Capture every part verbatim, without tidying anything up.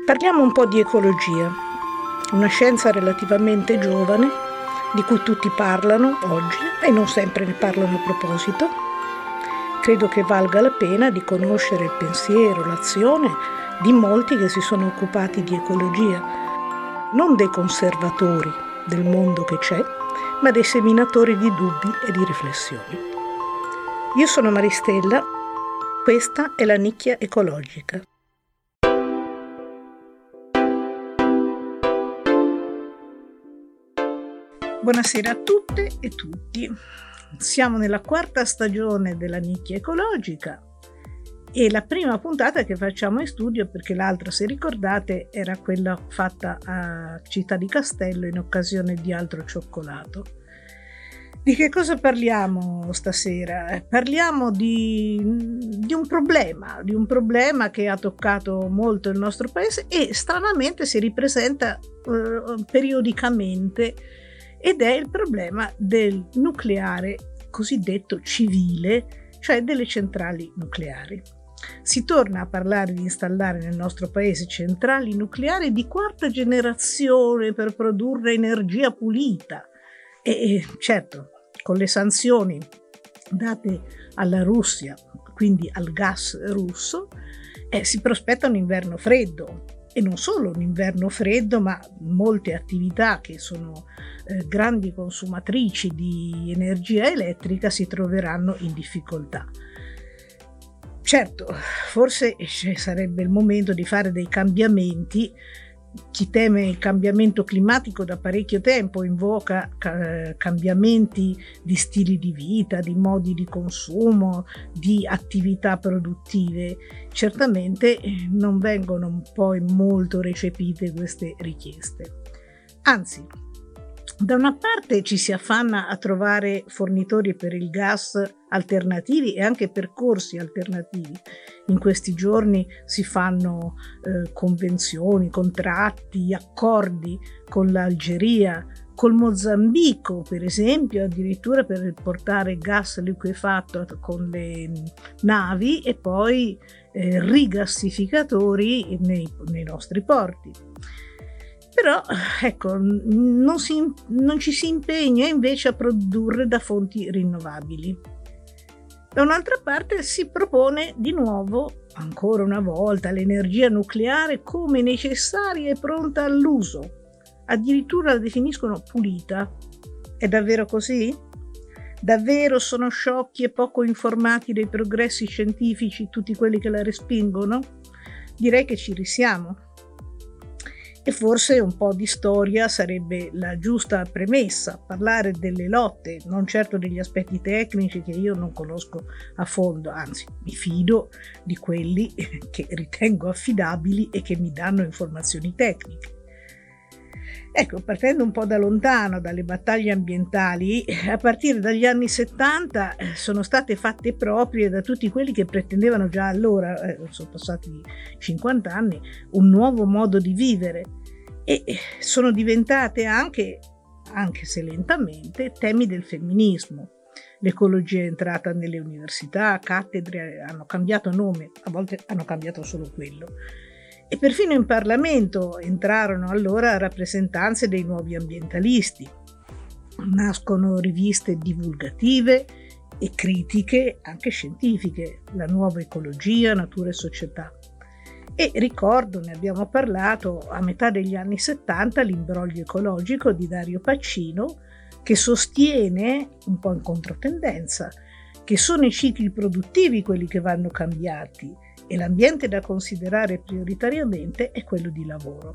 Parliamo un po' di ecologia, una scienza relativamente giovane, di cui tutti parlano oggi e non sempre ne parlano a proposito. Credo che valga la pena di conoscere il pensiero, l'azione di molti che si sono occupati di ecologia, non dei conservatori del mondo che c'è, ma dei seminatori di dubbi e di riflessioni. Io sono Maristella, questa è la Nicchia Ecologica. Buonasera a tutte e tutti. Siamo nella quarta stagione della Nicchia Ecologica e la prima puntata che facciamo in studio, perché l'altra, se ricordate, era quella fatta a Città di Castello in occasione di Altro Cioccolato. Di che cosa parliamo stasera? Parliamo di, di un problema, di un problema che ha toccato molto il nostro paese e stranamente si ripresenta eh, periodicamente, ed è il problema del nucleare cosiddetto civile, cioè delle centrali nucleari. Si torna a parlare di installare nel nostro paese centrali nucleari di quarta generazione per produrre energia pulita. E, e certo, con le sanzioni date alla Russia, quindi al gas russo, eh, si prospetta un inverno freddo. E non solo un inverno freddo, ma molte attività che sono eh, grandi consumatrici di energia elettrica si troveranno in difficoltà. Certo, forse sarebbe il momento di fare dei cambiamenti. Chi teme il cambiamento climatico da parecchio tempo invoca ca- cambiamenti di stili di vita, di modi di consumo, di attività produttive. Certamente non vengono poi molto recepite queste richieste. Anzi, da una parte ci si affanna a trovare fornitori per il gas alternativi e anche percorsi alternativi. In questi giorni si fanno eh, convenzioni, contratti, accordi con l'Algeria, col Mozambico, per esempio, addirittura per portare gas liquefatto con le navi e poi eh, rigassificatori nei, nei nostri porti. Però ecco, non, si, non ci si impegna invece a produrre da fonti rinnovabili. Da un'altra parte si propone di nuovo, ancora una volta, l'energia nucleare come necessaria e pronta all'uso. Addirittura la definiscono pulita. È davvero così? Davvero sono sciocchi e poco informati dei progressi scientifici tutti quelli che la respingono? Direi che ci risiamo. E forse un po' di storia sarebbe la giusta premessa, parlare delle lotte, non certo degli aspetti tecnici che io non conosco a fondo, anzi mi fido di quelli che ritengo affidabili e che mi danno informazioni tecniche. Ecco, partendo un po' da lontano dalle battaglie ambientali, a partire dagli anni settanta sono state fatte proprie da tutti quelli che pretendevano già allora, eh, sono passati cinquanta anni, un nuovo modo di vivere e sono diventate anche, anche se lentamente, temi del femminismo. L'ecologia è entrata nelle università, cattedre hanno cambiato nome, a volte hanno cambiato solo quello. E perfino in Parlamento entrarono allora rappresentanze dei nuovi ambientalisti. Nascono riviste divulgative e critiche, anche scientifiche, La Nuova Ecologia, Natura e Società. E ricordo, ne abbiamo parlato, a metà degli anni settanta l'imbroglio ecologico di Dario Pacino, che sostiene, un po' in controtendenza, che sono i cicli produttivi quelli che vanno cambiati e l'ambiente da considerare prioritariamente è quello di lavoro.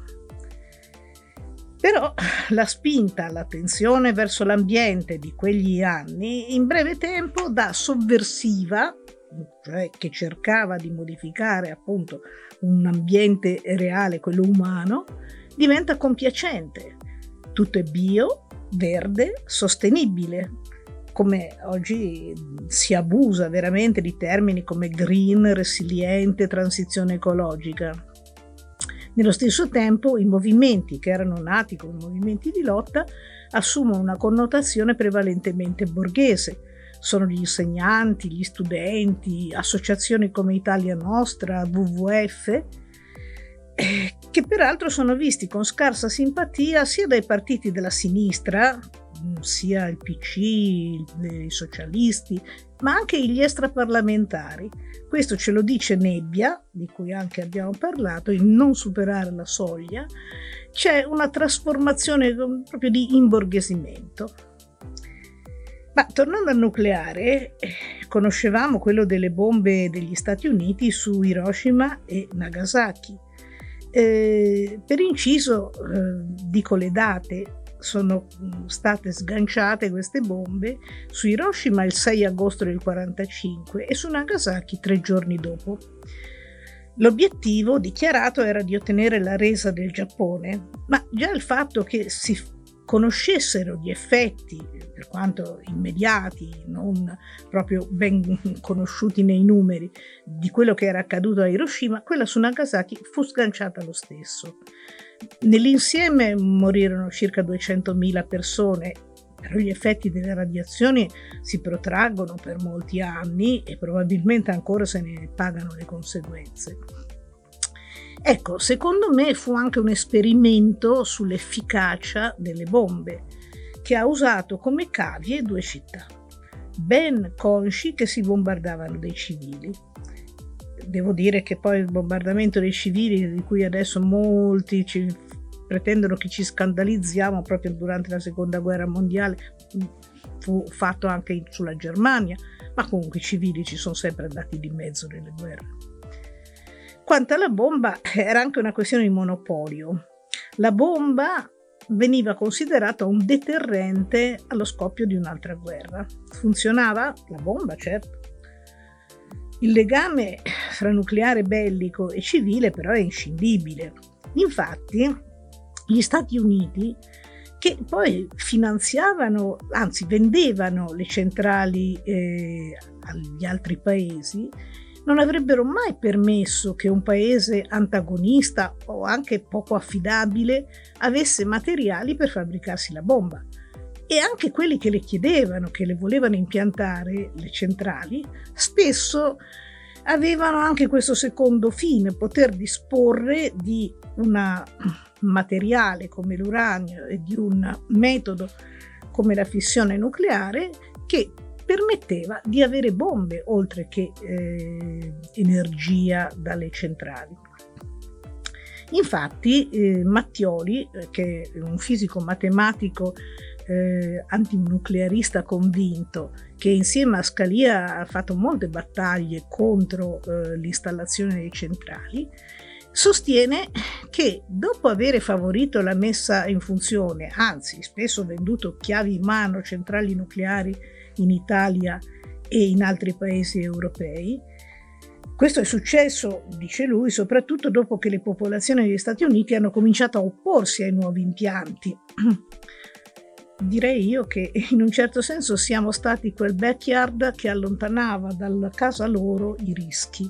Però la spinta, l'attenzione verso l'ambiente di quegli anni, in breve tempo da sovversiva, cioè che cercava di modificare appunto un ambiente reale, quello umano, diventa compiacente. Tutto è bio, verde, sostenibile. Come oggi si abusa veramente di termini come green, resiliente, transizione ecologica. Nello stesso tempo i movimenti che erano nati come movimenti di lotta assumono una connotazione prevalentemente borghese. Sono gli insegnanti, gli studenti, associazioni come Italia Nostra, W W F, che peraltro sono visti con scarsa simpatia sia dai partiti della sinistra, sia il P C, i socialisti, ma anche gli extraparlamentari. Questo ce lo dice Nebbia, di cui anche abbiamo parlato, il non superare la soglia. C'è una trasformazione proprio di imborghesimento. Ma tornando al nucleare, conoscevamo quello delle bombe degli Stati Uniti su Hiroshima e Nagasaki. Eh, per inciso, eh, dico le date, sono state sganciate queste bombe su Hiroshima il sei agosto del quarantacinque e su Nagasaki tre giorni dopo. L'obiettivo dichiarato era di ottenere la resa del Giappone, ma già il fatto che si conoscessero gli effetti, per quanto immediati, non proprio ben conosciuti nei numeri, di quello che era accaduto a Hiroshima, quella su Nagasaki fu sganciata lo stesso. Nell'insieme morirono circa duecentomila persone, però gli effetti delle radiazioni si protraggono per molti anni e probabilmente ancora se ne pagano le conseguenze. Ecco, secondo me fu anche un esperimento sull'efficacia delle bombe, che ha usato come cavie due città, ben consci che si bombardavano dei civili. Devo dire che poi il bombardamento dei civili, di cui adesso molti ci pretendono che ci scandalizziamo, proprio durante la seconda guerra mondiale fu fatto anche sulla Germania, ma comunque i civili ci sono sempre andati di mezzo nelle guerre. Quanto alla bomba, era anche una questione di monopolio. La bomba veniva considerata un deterrente allo scoppio di un'altra guerra. Funzionava? La bomba, certo. Il legame fra nucleare bellico e civile però è inscindibile. Infatti, gli Stati Uniti, che poi finanziavano, anzi vendevano le centrali eh, agli altri paesi, non avrebbero mai permesso che un paese antagonista o anche poco affidabile avesse materiali per fabbricarsi la bomba. E anche quelli che le chiedevano, che le volevano impiantare, le centrali, spesso avevano anche questo secondo fine, poter disporre di un materiale come l'uranio e di un metodo come la fissione nucleare che permetteva di avere bombe oltre che eh, energia dalle centrali. Infatti eh, Mattioli, che è un fisico matematico eh, antinuclearista convinto, che insieme a Scalia ha fatto molte battaglie contro eh, l'installazione delle centrali, sostiene che dopo aver favorito la messa in funzione, anzi spesso venduto chiavi in mano centrali nucleari in Italia e in altri paesi europei, questo è successo, dice lui, soprattutto dopo che le popolazioni degli Stati Uniti hanno cominciato a opporsi ai nuovi impianti. Direi io che in un certo senso siamo stati quel backyard che allontanava dalla casa loro i rischi.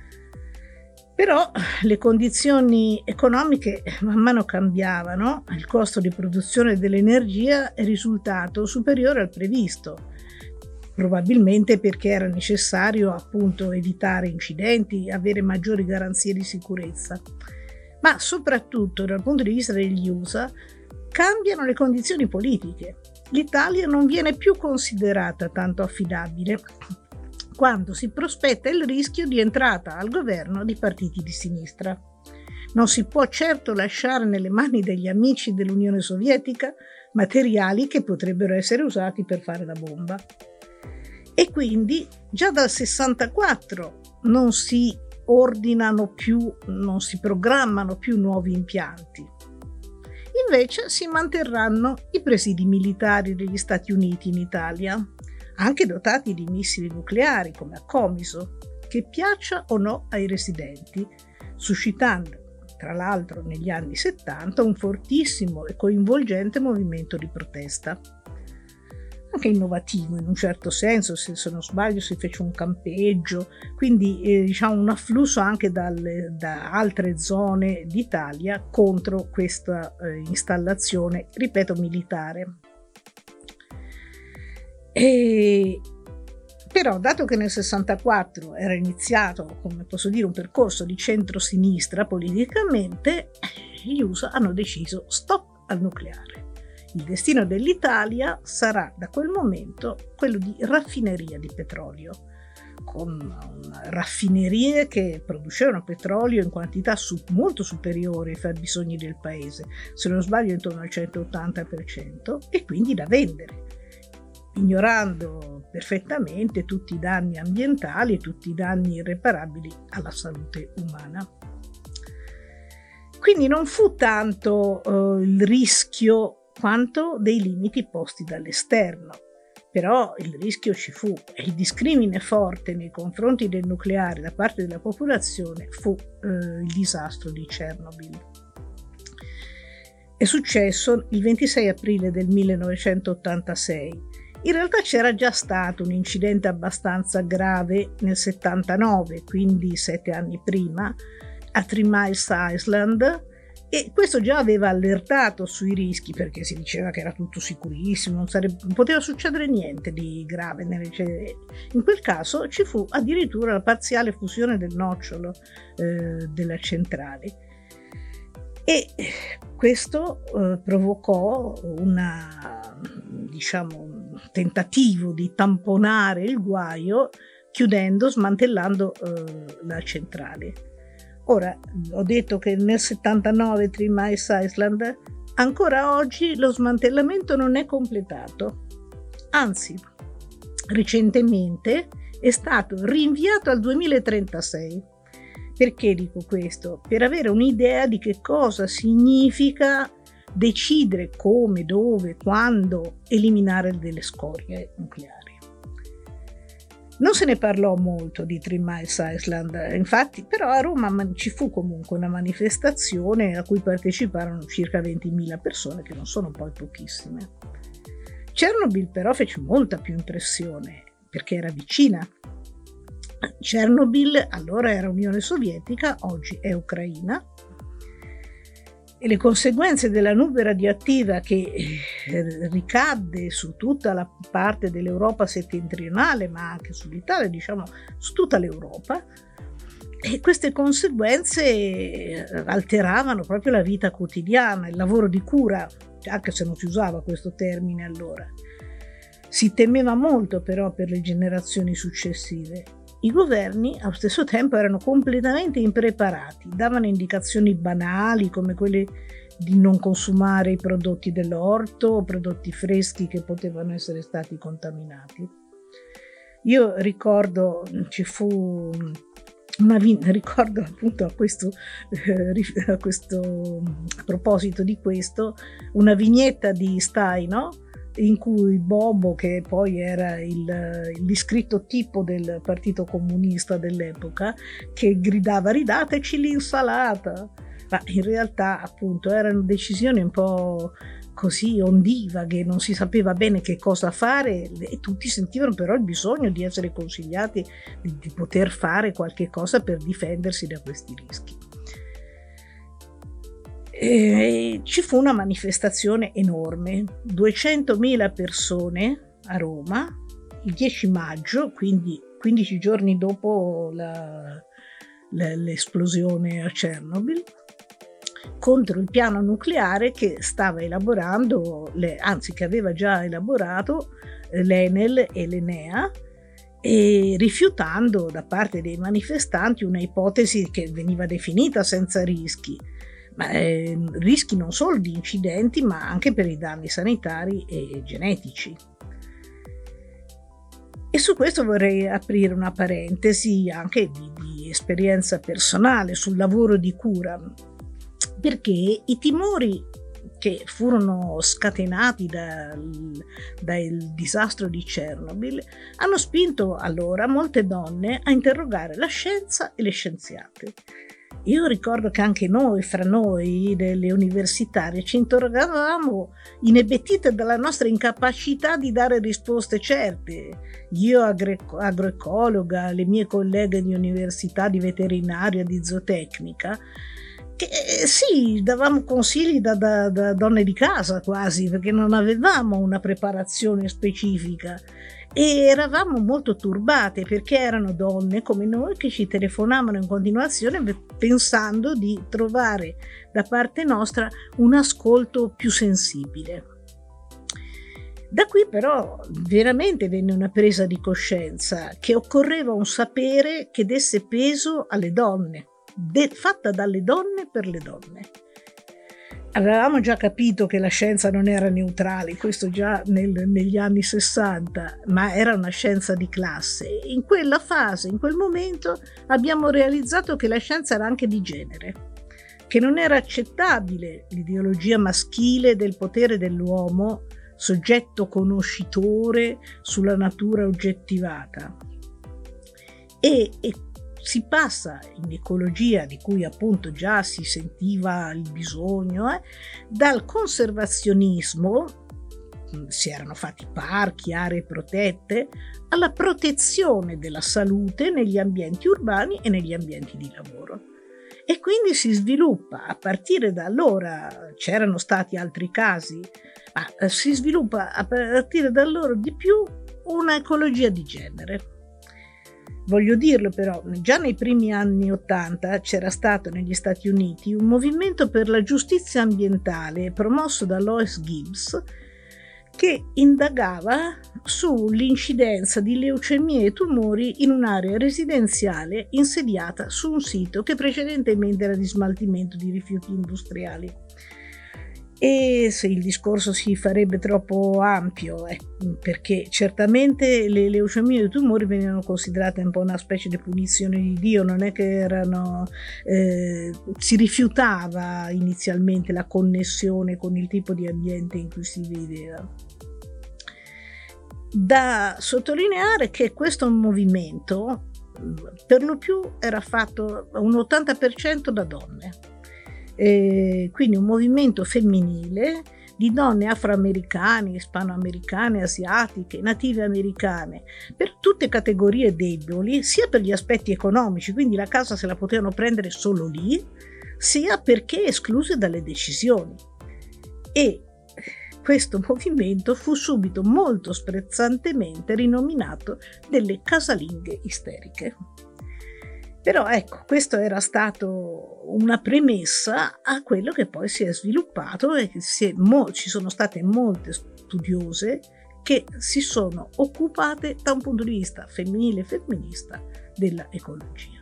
Però le condizioni economiche man mano cambiavano, il costo di produzione dell'energia è risultato superiore al previsto, probabilmente perché era necessario appunto evitare incidenti, avere maggiori garanzie di sicurezza. Ma soprattutto dal punto di vista degli U S A cambiano le condizioni politiche. L'Italia non viene più considerata tanto affidabile quando si prospetta il rischio di entrata al governo di partiti di sinistra. Non si può certo lasciare nelle mani degli amici dell'Unione Sovietica materiali che potrebbero essere usati per fare la bomba. E quindi già dal sessantaquattro non si ordinano più, non si programmano più nuovi impianti. Invece si manterranno i presidi militari degli Stati Uniti in Italia, anche dotati di missili nucleari come a Comiso, che piaccia o no ai residenti, suscitando tra l'altro negli anni settanta un fortissimo e coinvolgente movimento di protesta. Anche innovativo in un certo senso, se, se non sbaglio si fece un campeggio, quindi eh, diciamo un afflusso anche dalle, da altre zone d'Italia contro questa eh, installazione, ripeto, militare. E Però, dato che nel sessantaquattro era iniziato, come posso dire, un percorso di centro-sinistra politicamente, gli U S A hanno deciso stop al nucleare. Il destino dell'Italia sarà da quel momento quello di raffineria di petrolio, con raffinerie che producevano petrolio in quantità su, molto superiori ai fabbisogni del paese, se non sbaglio intorno al centottanta per cento, e quindi da vendere, ignorando perfettamente tutti i danni ambientali e tutti i danni irreparabili alla salute umana. Quindi non fu tanto uh, il rischio quanto dei limiti posti dall'esterno. Però il rischio ci fu e il discrimine forte nei confronti del nucleare da parte della popolazione fu eh, il disastro di Chernobyl. È successo il ventisei aprile del millenovecentottantasei. In realtà c'era già stato un incidente abbastanza grave nel settantanove, quindi sette anni prima, a Three Miles Island, e questo già aveva allertato sui rischi, perché si diceva che era tutto sicurissimo, non, sarebbe, non poteva succedere niente di grave. In quel caso ci fu addirittura la parziale fusione del nocciolo eh, della centrale, e questo eh, provocò una, diciamo, un tentativo di tamponare il guaio chiudendo, smantellando eh, la centrale. Ora, ho detto che nel settantanove Three Miles Island, ancora oggi lo smantellamento non è completato. Anzi, recentemente è stato rinviato al duemilatrentasei. Perché dico questo? Per avere un'idea di che cosa significa decidere come, dove, quando eliminare delle scorie nucleari. Non se ne parlò molto di Three Miles Island, infatti, però a Roma ci fu comunque una manifestazione a cui parteciparono circa ventimila persone, che non sono poi pochissime. Chernobyl però fece molta più impressione, perché era vicina. Chernobyl allora era Unione Sovietica, oggi è Ucraina, e le conseguenze della nube radioattiva che eh, ricadde su tutta la parte dell'Europa settentrionale, ma anche sull'Italia, diciamo su tutta l'Europa, e queste conseguenze alteravano proprio la vita quotidiana, il lavoro di cura, anche se non si usava questo termine allora. Si temeva molto però per le generazioni successive. I governi allo stesso tempo erano completamente impreparati, davano indicazioni banali come quelle di non consumare i prodotti dell'orto o prodotti freschi che potevano essere stati contaminati. Io ricordo, ci fu una ricordo appunto a questo, eh, a questo a proposito di questo, una vignetta di Staino in cui Bobo, che poi era il, il discritto tipo del Partito Comunista dell'epoca, che gridava ridateci l'insalata, ma in realtà appunto erano decisioni un po' così ondivaghe, non si sapeva bene che cosa fare e tutti sentivano però il bisogno di essere consigliati di, di poter fare qualche cosa per difendersi da questi rischi. E ci fu una manifestazione enorme, duecentomila persone a Roma, il dieci maggio, quindi quindici giorni dopo la, la, l'esplosione a Chernobyl, contro il piano nucleare che stava elaborando, le, anzi che aveva già elaborato l'Enel e l'Enea, e rifiutando da parte dei manifestanti una ipotesi che veniva definita senza rischi, ma eh, rischi non solo di incidenti ma anche per i danni sanitari e genetici. E su questo vorrei aprire una parentesi anche di, di esperienza personale sul lavoro di cura, perché i timori che furono scatenati dal, dal disastro di Chernobyl hanno spinto allora molte donne a interrogare la scienza e le scienziate. Io ricordo che anche noi, fra noi delle universitarie, ci interrogavamo inebetite dalla nostra incapacità di dare risposte certe. Io agre- agroecologa, le mie colleghe di università di veterinaria, di zootecnica, che eh, sì, davamo consigli da, da, da donne di casa quasi, perché non avevamo una preparazione specifica. e eravamo molto turbate perché erano donne come noi che ci telefonavano in continuazione pensando di trovare da parte nostra un ascolto più sensibile. Da qui però veramente venne una presa di coscienza che occorreva un sapere che desse peso alle donne, de- fatta dalle donne per le donne. Avevamo già capito che la scienza non era neutrale, questo già nel, negli anni sessanta, ma era una scienza di classe. In quella fase, in quel momento, abbiamo realizzato che la scienza era anche di genere, che non era accettabile l'ideologia maschile del potere dell'uomo, soggetto conoscitore sulla natura oggettivata. E, e si passa in ecologia, di cui appunto già si sentiva il bisogno, eh, dal conservazionismo, si erano fatti parchi, aree protette, alla protezione della salute negli ambienti urbani e negli ambienti di lavoro. E quindi si sviluppa, a partire da allora, c'erano stati altri casi, ma si sviluppa a partire da allora di più una ecologia di genere. Voglio dirlo però, già nei primi anni Ottanta c'era stato negli Stati Uniti un movimento per la giustizia ambientale promosso da Lois Gibbs che indagava sull'incidenza di leucemie e tumori in un'area residenziale insediata su un sito che precedentemente era di smaltimento di rifiuti industriali. E se il discorso si farebbe troppo ampio, eh, perché certamente le leucemie e i tumori venivano considerate un po' una specie di punizione di Dio, non è che erano, eh, si rifiutava inizialmente la connessione con il tipo di ambiente in cui si viveva. Da sottolineare che questo movimento per lo più era fatto un ottanta per cento da donne. Eh, quindi un movimento femminile di donne afroamericane, ispanoamericane, asiatiche, native americane, per tutte categorie deboli, sia per gli aspetti economici, quindi la casa se la potevano prendere solo lì, sia perché escluse dalle decisioni. E questo movimento fu subito molto sprezzantemente rinominato delle casalinghe isteriche. Però ecco, questo era stato una premessa a quello che poi si è sviluppato e che si è mo- ci sono state molte studiose che si sono occupate da un punto di vista femminile e femminista della ecologia.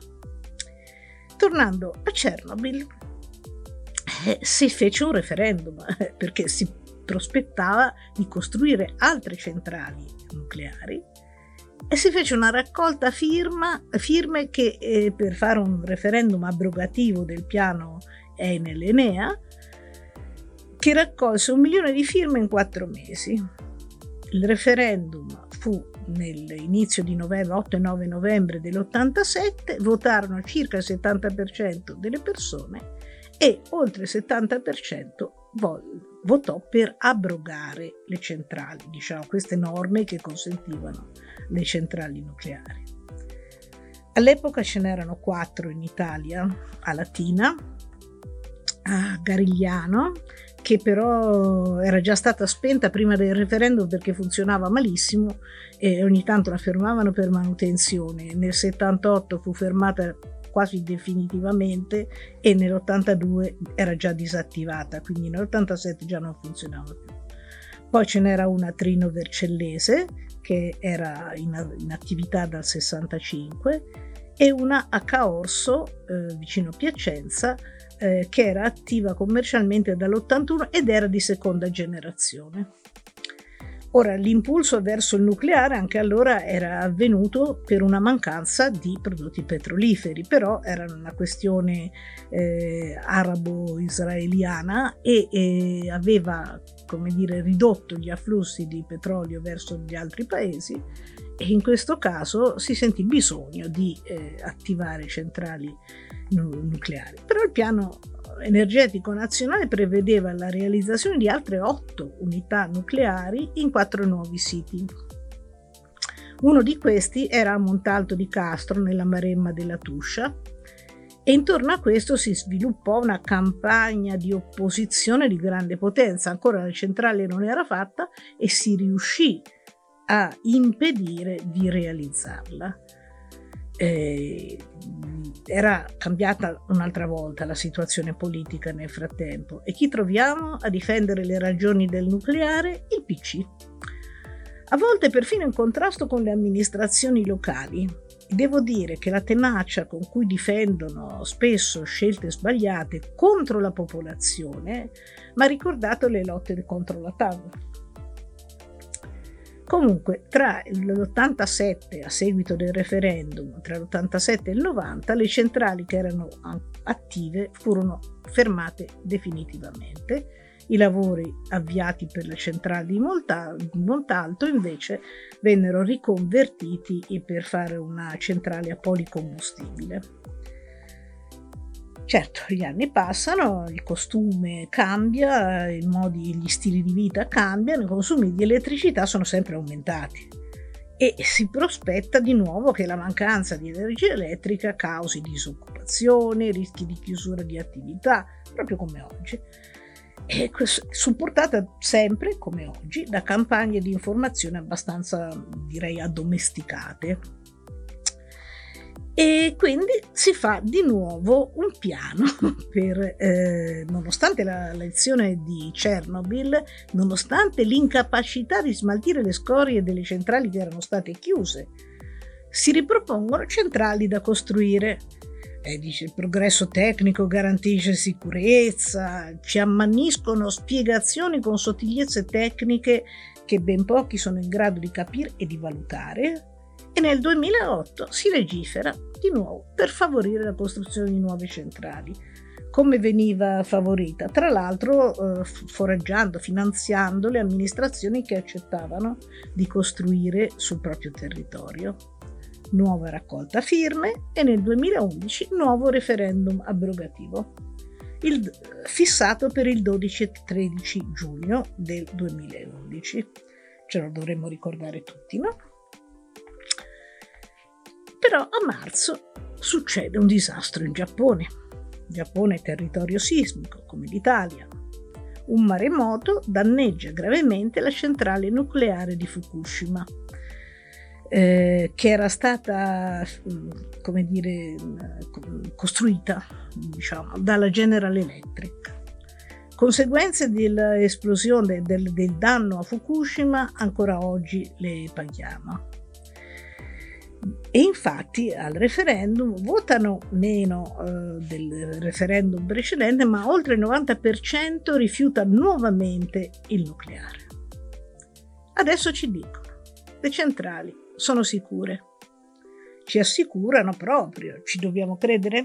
Tornando a Chernobyl, eh, si fece un referendum eh, perché si prospettava di costruire altre centrali nucleari e si fece una raccolta firma, firme che eh, per fare un referendum abrogativo del piano Enel-Enea che raccolse un milione di firme in quattro mesi. Il referendum fu nell'inizio di novembre, otto e nove novembre dell'ottantasette, votarono circa il settanta per cento delle persone e oltre il settanta per cento votò per abrogare le centrali, diciamo, queste norme che consentivano le centrali nucleari. All'epoca ce n'erano quattro in Italia, a Latina, a Garigliano, che però era già stata spenta prima del referendum perché funzionava malissimo e ogni tanto la fermavano per manutenzione. Nel settantotto fu fermata quasi definitivamente e nell'ottantadue era già disattivata, quindi nell'ottantasette già non funzionava più. Poi ce n'era una a Trino Vercellese che era in, in attività dal sessantacinque e una a Caorso eh, vicino Piacenza eh, che era attiva commercialmente dall'ottantuno ed era di seconda generazione. Ora, l'impulso verso il nucleare anche allora era avvenuto per una mancanza di prodotti petroliferi, però era una questione eh, arabo-israeliana e eh, aveva, come dire, ridotto gli afflussi di petrolio verso gli altri paesi e in questo caso si sentì bisogno di eh, attivare centrali nu- nucleari. Però il piano energetico nazionale prevedeva la realizzazione di altre otto unità nucleari in quattro nuovi siti. Uno di questi era a Montalto di Castro, nella Maremma della Tuscia, e intorno a questo si sviluppò una campagna di opposizione di grande potenza. Ancora la centrale non era fatta e si riuscì a impedire di realizzarla. Eh, era cambiata un'altra volta la situazione politica nel frattempo, e chi troviamo a difendere le ragioni del nucleare? Il P C. A volte perfino in contrasto con le amministrazioni locali. Devo dire che la tenacia con cui difendono spesso scelte sbagliate contro la popolazione mi ha ricordato le lotte contro la T A V. Comunque, tra l'ottantasette, a seguito del referendum, tra l'ottantasette e il novanta, le centrali che erano attive furono fermate definitivamente. I lavori avviati per le centrali di Montalto invece vennero riconvertiti per fare una centrale a policombustibile. Certo, gli anni passano, il costume cambia, i modi, gli stili di vita cambiano, i consumi di elettricità sono sempre aumentati e si prospetta di nuovo che la mancanza di energia elettrica causi disoccupazione, rischi di chiusura di attività, proprio come oggi. E supportata sempre, come oggi, da campagne di informazione abbastanza, direi, addomesticate. E quindi si fa di nuovo un piano per, eh, nonostante la lezione di Chernobyl, nonostante l'incapacità di smaltire le scorie delle centrali che erano state chiuse, si ripropongono centrali da costruire. Eh, dice, il progresso tecnico garantisce sicurezza, ci ammaniscono spiegazioni con sottigliezze tecniche che ben pochi sono in grado di capire e di valutare, e nel duemilaotto si legifera di nuovo per favorire la costruzione di nuove centrali. Come veniva favorita? Tra l'altro eh, foraggiando, finanziando le amministrazioni che accettavano di costruire sul proprio territorio. Nuova raccolta firme e nel duemilaundici nuovo referendum abrogativo, il, fissato per il dodici e tredici giugno del duemilaundici. Ce lo dovremmo ricordare tutti, no? Però a marzo succede un disastro in Giappone. Il Giappone è territorio sismico, come l'Italia. Un maremoto danneggia gravemente la centrale nucleare di Fukushima, eh, che era stata, come dire, costruita, diciamo, dalla General Electric. Conseguenze dell'esplosione, del, del danno a Fukushima, ancora oggi le paghiamo. E infatti al referendum votano meno eh, del referendum precedente, ma oltre il novanta per cento rifiuta nuovamente il nucleare. Adesso ci dicono, le centrali sono sicure, ci assicurano proprio, ci dobbiamo credere?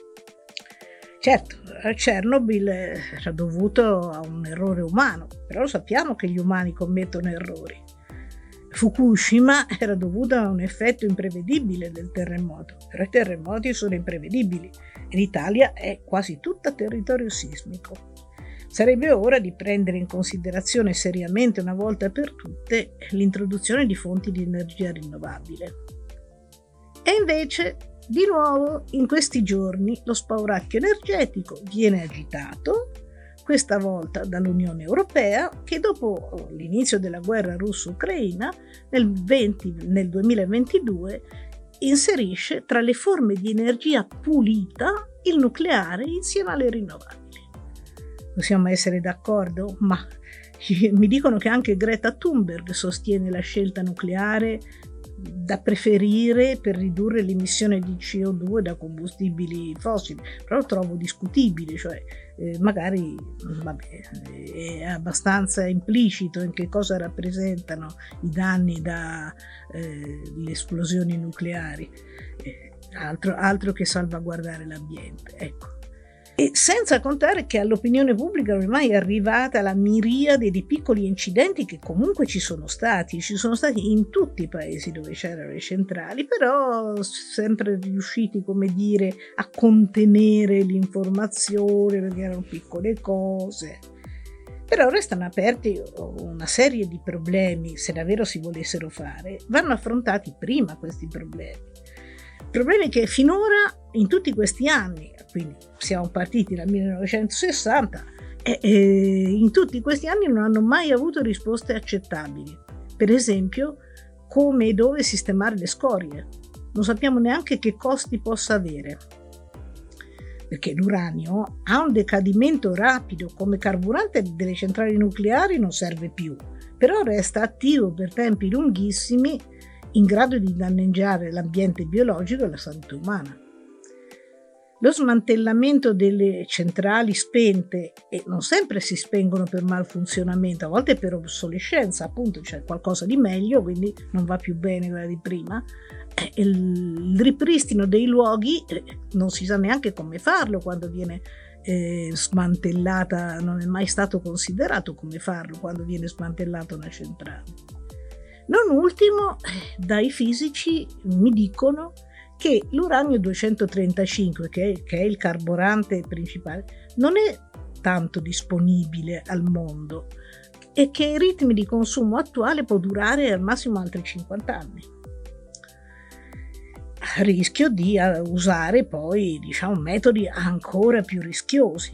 Certo, Chernobyl era dovuto a un errore umano, però sappiamo che gli umani commettono errori. Fukushima era dovuta a un effetto imprevedibile del terremoto, però i terremoti sono imprevedibili e l'Italia è quasi tutta territorio sismico. Sarebbe ora di prendere in considerazione seriamente una volta per tutte l'introduzione di fonti di energia rinnovabile. E invece, di nuovo, in questi giorni lo spauracchio energetico viene agitato, questa volta dall'Unione Europea, che dopo l'inizio della guerra russo-ucraina nel, venti, nel duemilaventidue inserisce tra le forme di energia pulita il nucleare insieme alle rinnovabili. Possiamo essere d'accordo? Ma mi dicono che anche Greta Thunberg sostiene la scelta nucleare da preferire per ridurre l'emissione di C O due da combustibili fossili, però lo trovo discutibile, cioè eh, magari vabbè, è abbastanza implicito in che cosa rappresentano i danni dalle eh, esplosioni nucleari, eh, altro, altro che salvaguardare l'ambiente, ecco. E senza contare che all'opinione pubblica ormai è arrivata la miriade di piccoli incidenti che comunque ci sono stati, ci sono stati in tutti i paesi dove c'erano le centrali, però sempre riusciti, come dire, a contenere l'informazione perché erano piccole cose. Però restano aperti una serie di problemi, se davvero si volessero fare, vanno affrontati prima questi problemi. Problemi che finora, in tutti questi anni, quindi siamo partiti dal millenovecentosessanta, e, e in tutti questi anni non hanno mai avuto risposte accettabili. Per esempio, come e dove sistemare le scorie. Non sappiamo neanche che costi possa avere, perché l'uranio ha un decadimento rapido, come carburante delle centrali nucleari non serve più, però resta attivo per tempi lunghissimi, in grado di danneggiare l'ambiente biologico e la salute umana. Lo smantellamento delle centrali spente, e non sempre si spengono per malfunzionamento, a volte per obsolescenza, appunto c'è qualcosa di meglio, quindi non va più bene quella di prima. Il ripristino dei luoghi non si sa neanche come farlo quando viene eh, smantellata, non è mai stato considerato come farlo quando viene smantellata una centrale. Non ultimo, dai fisici mi dicono che l'uranio duecentotrentacinque, che è, che è il carburante principale, non è tanto disponibile al mondo e che i ritmi di consumo attuale può durare al massimo altri cinquanta anni. Rischio di usare poi, diciamo, metodi ancora più rischiosi.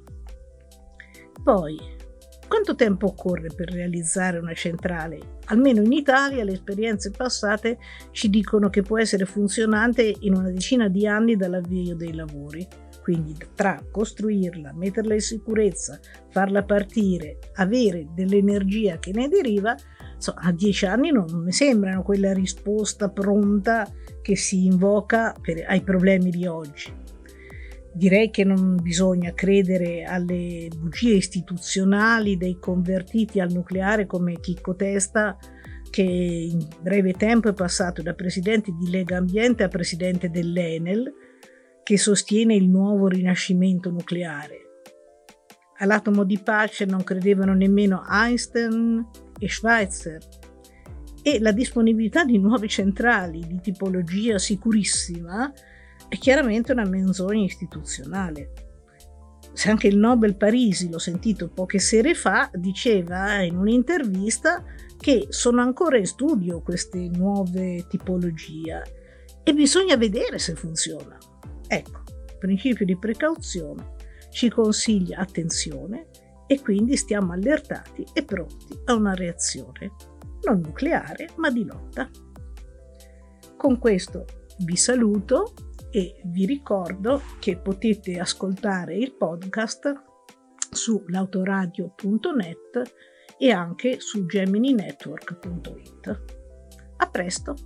Poi, quanto tempo occorre per realizzare una centrale? Almeno in Italia le esperienze passate ci dicono che può essere funzionante in una decina di anni dall'avvio dei lavori. Quindi tra costruirla, metterla in sicurezza, farla partire, avere dell'energia che ne deriva, insomma, a dieci anni non mi sembrano quella risposta pronta che si invoca per, ai problemi di oggi. Direi che non bisogna credere alle bugie istituzionali dei convertiti al nucleare come Chicco Testa, che in breve tempo è passato da presidente di Lega Ambiente a presidente dell'Enel, che sostiene il nuovo rinascimento nucleare. All'atomo di pace non credevano nemmeno Einstein e Schweitzer, e la disponibilità di nuove centrali di tipologia sicurissima è chiaramente una menzogna istituzionale. Se anche il Nobel Parisi, l'ho sentito poche sere fa, diceva in un'intervista che sono ancora in studio queste nuove tipologie e bisogna vedere se funziona. Ecco, il principio di precauzione ci consiglia attenzione e quindi stiamo allertati e pronti a una reazione non nucleare ma di lotta. Con questo vi saluto e vi ricordo che potete ascoltare il podcast su l'autoradio punto net e anche su gemini network punto it. A presto!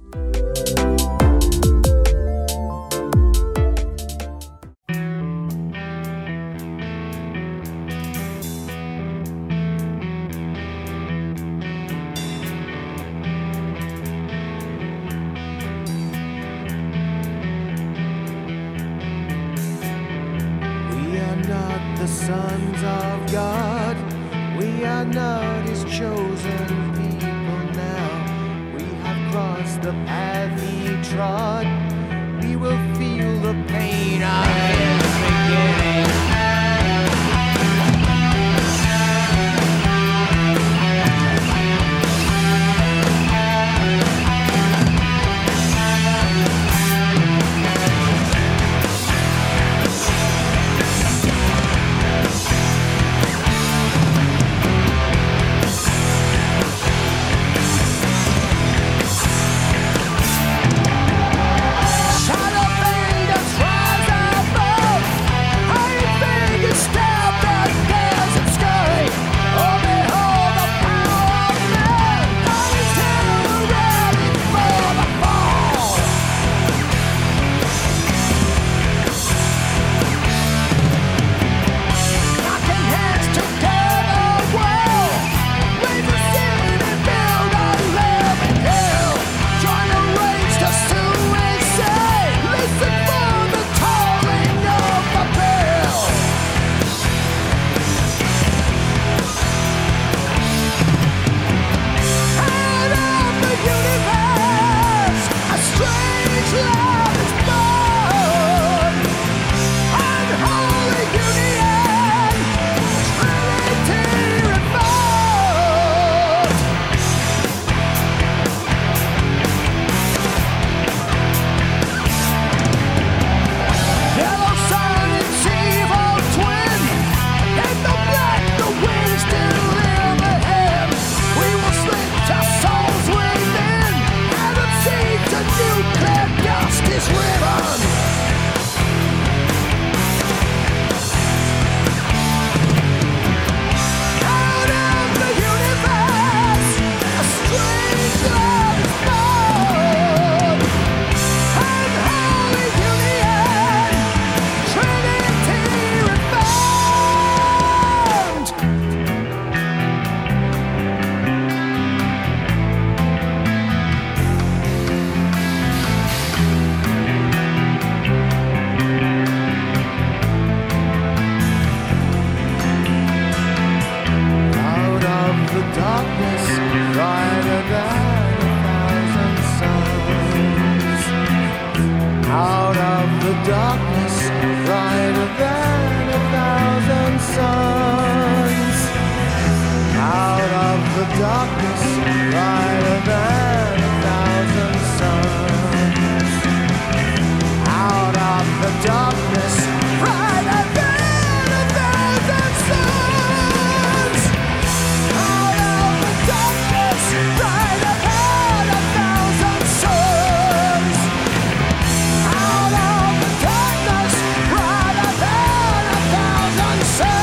The sons of God, we are not his chosen people now. We have crossed the path he trod. We will feel the pain of his beginning. Shut up, man! than a thousand suns. Out of the darkness, brighter than a thousand suns. Out of the darkness, brighter than a thousand suns. Out of the darkness, brighter than a thousand suns. Out of the darkness, brighter than a thousand suns.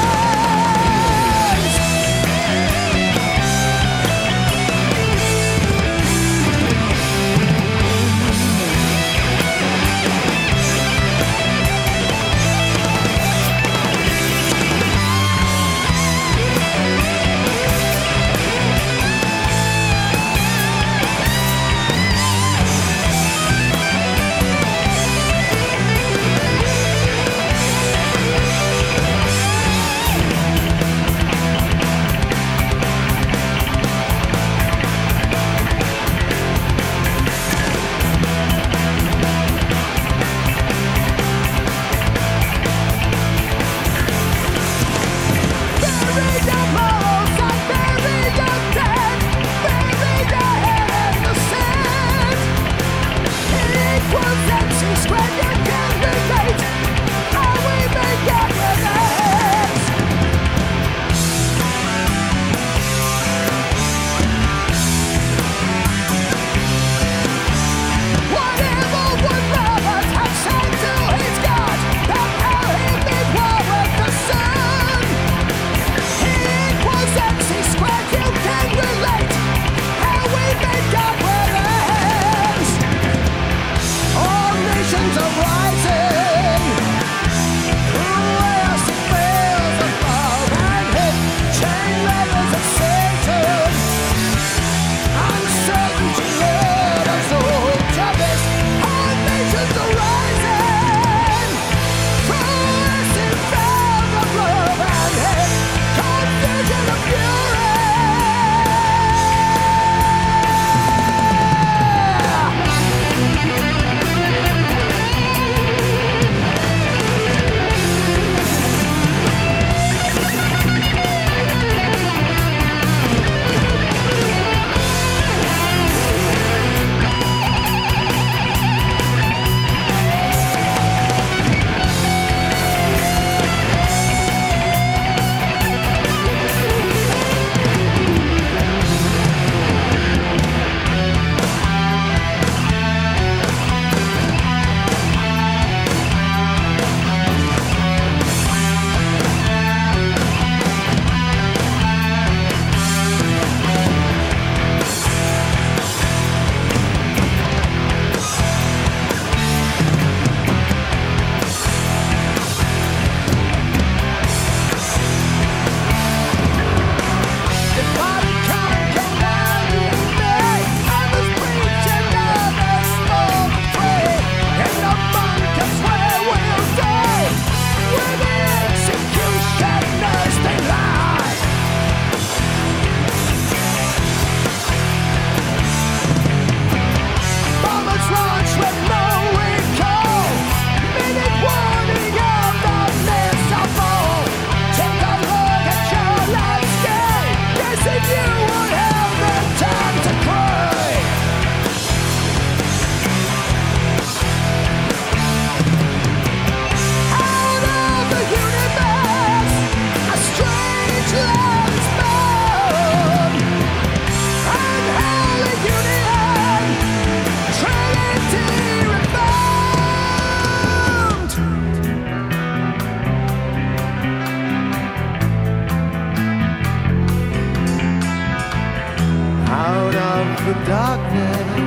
The darkness,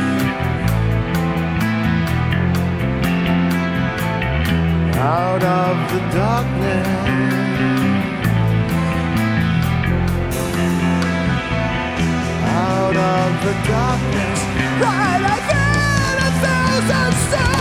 out of the darkness, out of the darkness, brighter than a thousand stars.